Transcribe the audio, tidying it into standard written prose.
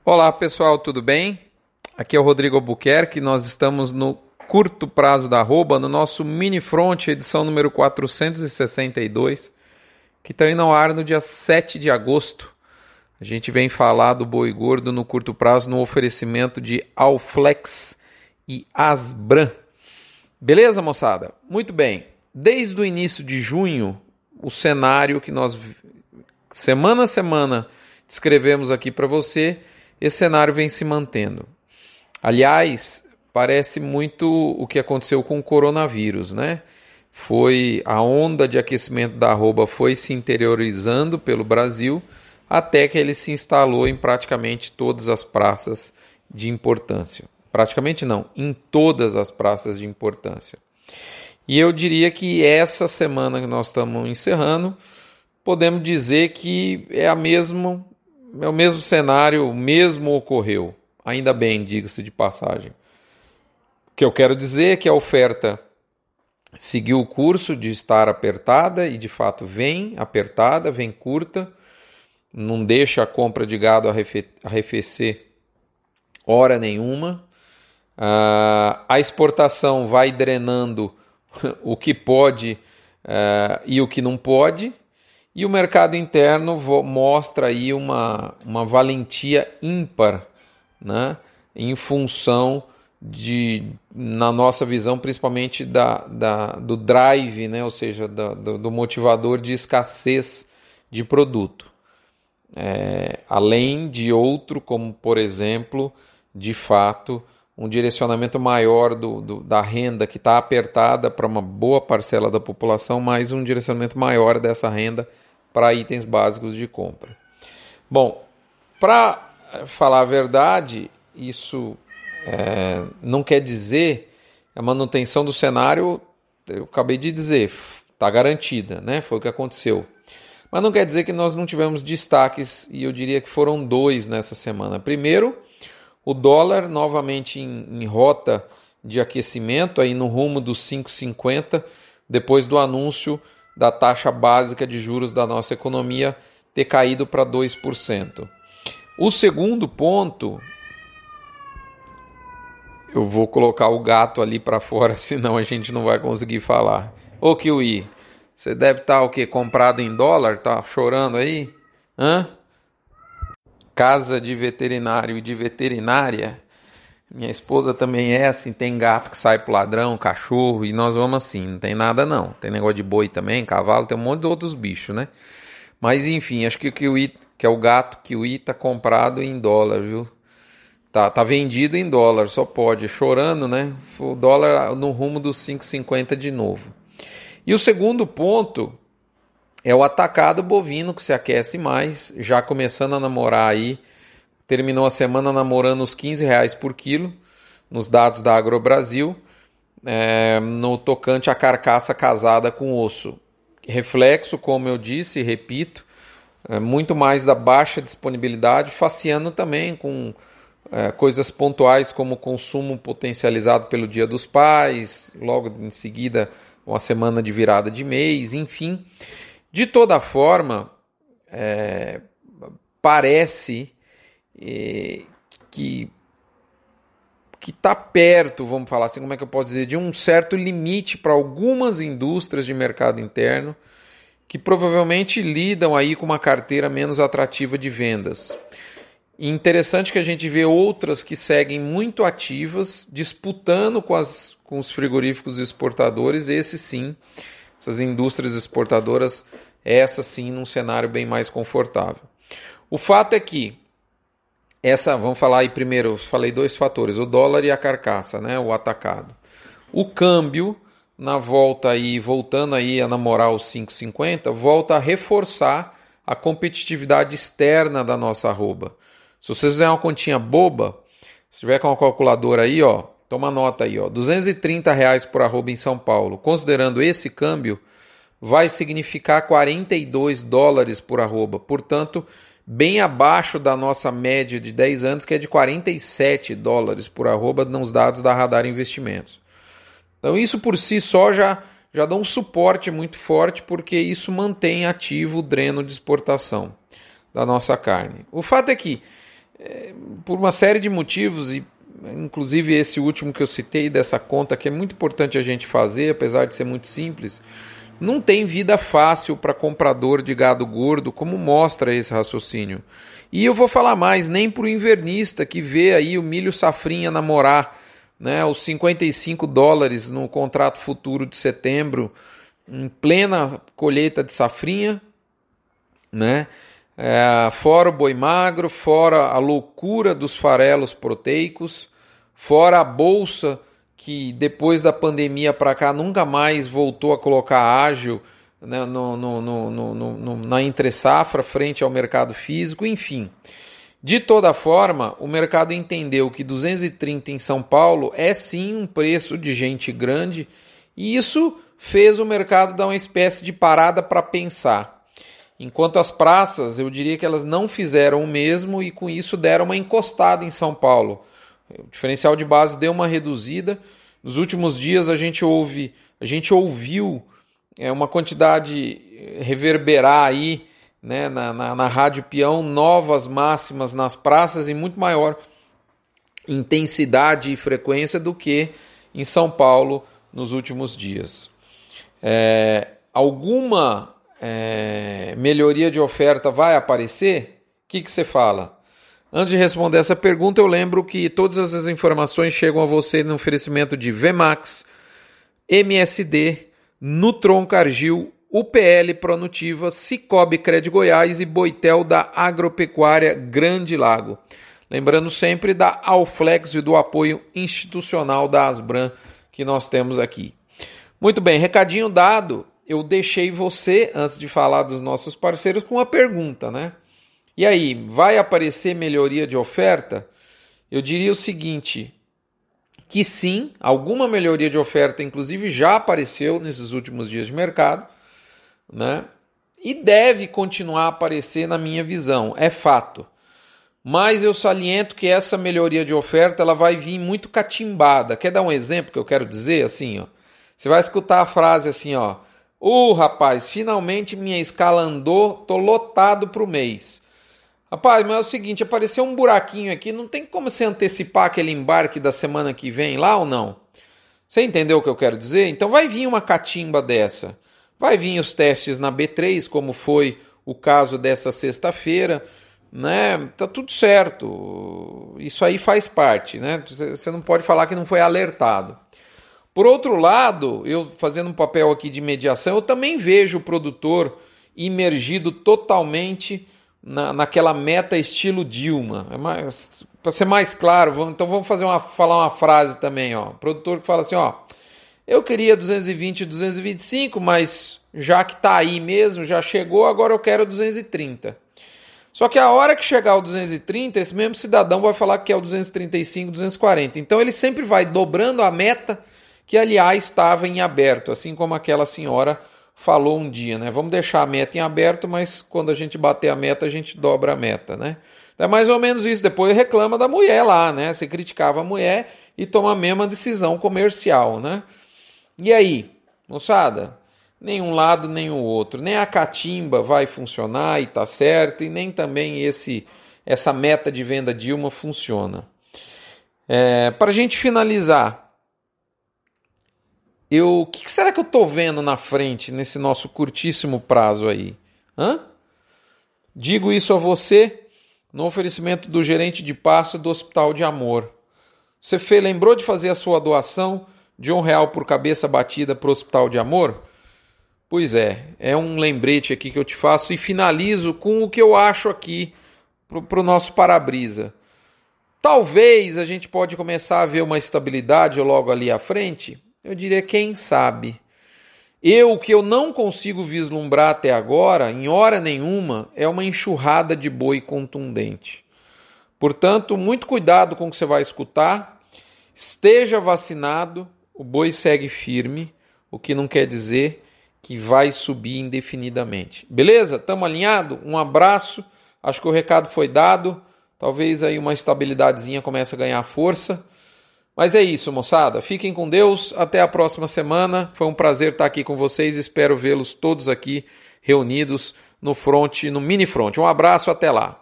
Olá pessoal, tudo bem? Aqui é o Rodrigo Albuquerque, nós estamos no curto prazo da arroba, no nosso mini front, edição número 462, que está indo ao ar no dia 7 de agosto. A gente vem falar do boi gordo no curto prazo no oferecimento de Alflex e Asbram. Beleza, moçada? Muito bem. Desde o início de junho, o cenário que nós semana a semana descrevemos aqui para você, esse cenário vem se mantendo. Aliás, parece muito o que aconteceu com o coronavírus, né? Foi a onda de aquecimento da arroba foi se interiorizando pelo Brasil até que ele se instalou em praticamente todas as praças de importância. Praticamente não, em todas as praças de importância. E eu diria que essa semana que nós estamos encerrando, podemos dizer que é o mesmo cenário, o mesmo ocorreu. Ainda bem, diga-se de passagem. O que eu quero dizer é que a oferta seguiu o curso de estar apertada e de fato vem apertada, vem curta, não deixa a compra de gado arrefecer hora nenhuma. A exportação vai drenando o que pode e o que não pode. E o mercado interno mostra aí uma valentia ímpar, né? Em função na nossa visão, principalmente do drive, né? Ou seja, do motivador de escassez de produto. Além de outro, como por exemplo, de fato, um direcionamento maior da renda que está apertada para uma boa parcela da população, mas um direcionamento maior dessa renda para itens básicos de compra. Bom, para falar a verdade, isso não quer dizer a manutenção do cenário, eu acabei de dizer, está garantida, né? Foi o que aconteceu. Mas não quer dizer que nós não tivemos destaques, e eu diria que foram dois nessa semana. Primeiro, o dólar novamente em rota de aquecimento, aí no rumo dos 5,50, depois do anúncio da taxa básica de juros da nossa economia ter caído para 2%. O segundo ponto, eu vou colocar o gato ali para fora, senão a gente não vai conseguir falar. Ô Kiwi, você deve estar o quê? Comprado em dólar? Tá chorando aí? Hã? Casa de veterinário e de veterinária. Minha esposa também é assim, tem gato que sai pro ladrão, cachorro, e nós vamos assim, não tem nada não. Tem negócio de boi também, cavalo, tem um monte de outros bichos, né? Mas enfim, acho que o Kiwi, que é o gato Kiwi, tá comprado em dólar, viu? Tá vendido em dólar, só pode, chorando, né? O dólar no rumo dos 5,50 de novo. E o segundo ponto é o atacado bovino que se aquece mais, já começando a namorar aí, terminou a semana namorando os R$ 15 por quilo, nos dados da AgroBrasil, no tocante à carcaça casada com osso. Reflexo, como eu disse e repito, muito mais da baixa disponibilidade, faceando também com coisas pontuais como o consumo potencializado pelo Dia dos Pais, logo em seguida uma semana de virada de mês, enfim. De toda forma, parece que está perto, vamos falar assim, como é que eu posso dizer, de um certo limite para algumas indústrias de mercado interno que provavelmente lidam aí com uma carteira menos atrativa de vendas. E interessante que a gente vê outras que seguem muito ativas, disputando com os frigoríficos exportadores, essas indústrias exportadoras, essas sim, num cenário bem mais confortável. O fato é que vamos falar aí primeiro, falei dois fatores, o dólar e a carcaça, né, o atacado. O câmbio, voltando aí a namorar os 5,50, volta a reforçar a competitividade externa da nossa arroba. Se você fizer uma continha boba, se tiver com uma calculadora aí, ó, toma nota aí, ó, R$230 por arroba em São Paulo, considerando esse câmbio, vai significar $42 por arroba, portanto, bem abaixo da nossa média de 10 anos, que é de $47 por arroba nos dados da Radar Investimentos. Então isso por si só já dá um suporte muito forte, porque isso mantém ativo o dreno de exportação da nossa carne. O fato é que por uma série de motivos, e inclusive esse último que eu citei dessa conta, que é muito importante a gente fazer, apesar de ser muito simples, não tem vida fácil para comprador de gado gordo, como mostra esse raciocínio. E eu vou falar mais, nem para o invernista que vê aí o milho safrinha namorar, né, os $55 no contrato futuro de setembro, em plena colheita de safrinha, né? Fora o boi magro, fora a loucura dos farelos proteicos, fora a bolsa que depois da pandemia para cá nunca mais voltou a colocar ágil, né, na entre-safra frente ao mercado físico, enfim. De toda forma, o mercado entendeu que 230 em São Paulo é sim um preço de gente grande, e isso fez o mercado dar uma espécie de parada para pensar. Enquanto as praças, eu diria que elas não fizeram o mesmo e com isso deram uma encostada em São Paulo. O diferencial de base deu uma reduzida. Nos últimos dias a gente ouviu uma quantidade reverberar aí, né, na Rádio Peão, novas máximas nas praças e muito maior intensidade e frequência do que em São Paulo nos últimos dias. Alguma melhoria de oferta vai aparecer? O que você fala? Antes de responder essa pergunta, eu lembro que todas as informações chegam a você no oferecimento de Vemax, MSD, Nutron Cargill, UPL Pronutiva, Cicobi Cred Goiás e Boitel da Agropecuária Grande Lago. Lembrando sempre da Alflex e do apoio institucional da Asbram que nós temos aqui. Muito bem, recadinho dado, eu deixei você, antes de falar dos nossos parceiros, com uma pergunta, né? E aí, vai aparecer melhoria de oferta? Eu diria o seguinte, que sim, alguma melhoria de oferta, inclusive, já apareceu nesses últimos dias de mercado, né? E deve continuar a aparecer na minha visão, é fato. Mas eu saliento que essa melhoria de oferta ela vai vir muito catimbada. Quer dar um exemplo que eu quero dizer? Assim, ó, você vai escutar a frase assim, ó, rapaz, finalmente minha escala andou, tô lotado pro mês. Rapaz, mas é o seguinte, apareceu um buraquinho aqui, não tem como você antecipar aquele embarque da semana que vem lá ou não? Você entendeu o que eu quero dizer? Então vai vir uma catimba dessa. Vai vir os testes na B3, como foi o caso dessa sexta-feira, né? Tá tudo certo. Isso aí faz parte, né? Você não pode falar que não foi alertado. Por outro lado, eu fazendo um papel aqui de mediação, eu também vejo o produtor imergido totalmente naquela meta estilo Dilma. Para ser mais claro, então vamos falar uma frase também. Ó. O produtor que fala assim, ó, eu queria 220 e 225, mas já que está aí mesmo, já chegou, agora eu quero 230. Só que a hora que chegar o 230, esse mesmo cidadão vai falar que é o 235, 240. Então ele sempre vai dobrando a meta que, aliás, estava em aberto, assim como aquela senhora falou um dia, né? Vamos deixar a meta em aberto, mas quando a gente bater a meta, a gente dobra a meta, né? Então é mais ou menos isso. Depois reclama da mulher lá, né? Você criticava a mulher e toma a mesma decisão comercial, né? E aí, moçada? Nem um lado, nem o outro. Nem a catimba vai funcionar e tá certo, e nem também essa meta de venda Dilma funciona. Para a gente finalizar, o que será que eu estou vendo na frente nesse nosso curtíssimo prazo aí? Digo isso a você no oferecimento do gerente de pasto do Hospital de Amor. Você lembrou de fazer a sua doação de R$1 por cabeça batida para o Hospital de Amor? Pois é um lembrete aqui que eu te faço e finalizo com o que eu acho aqui para o nosso para-brisa. Talvez a gente pode começar a ver uma estabilidade logo ali à frente. Eu diria, quem sabe. O que eu não consigo vislumbrar até agora, em hora nenhuma, é uma enxurrada de boi contundente. Portanto, muito cuidado com o que você vai escutar. Esteja vacinado, o boi segue firme, o que não quer dizer que vai subir indefinidamente. Beleza? Estamos alinhados? Um abraço. Acho que o recado foi dado. Talvez aí uma estabilidadezinha comece a ganhar força. Mas é isso, moçada. Fiquem com Deus. Até a próxima semana. Foi um prazer estar aqui com vocês. Espero vê-los todos aqui reunidos no mini front. Um abraço, até lá.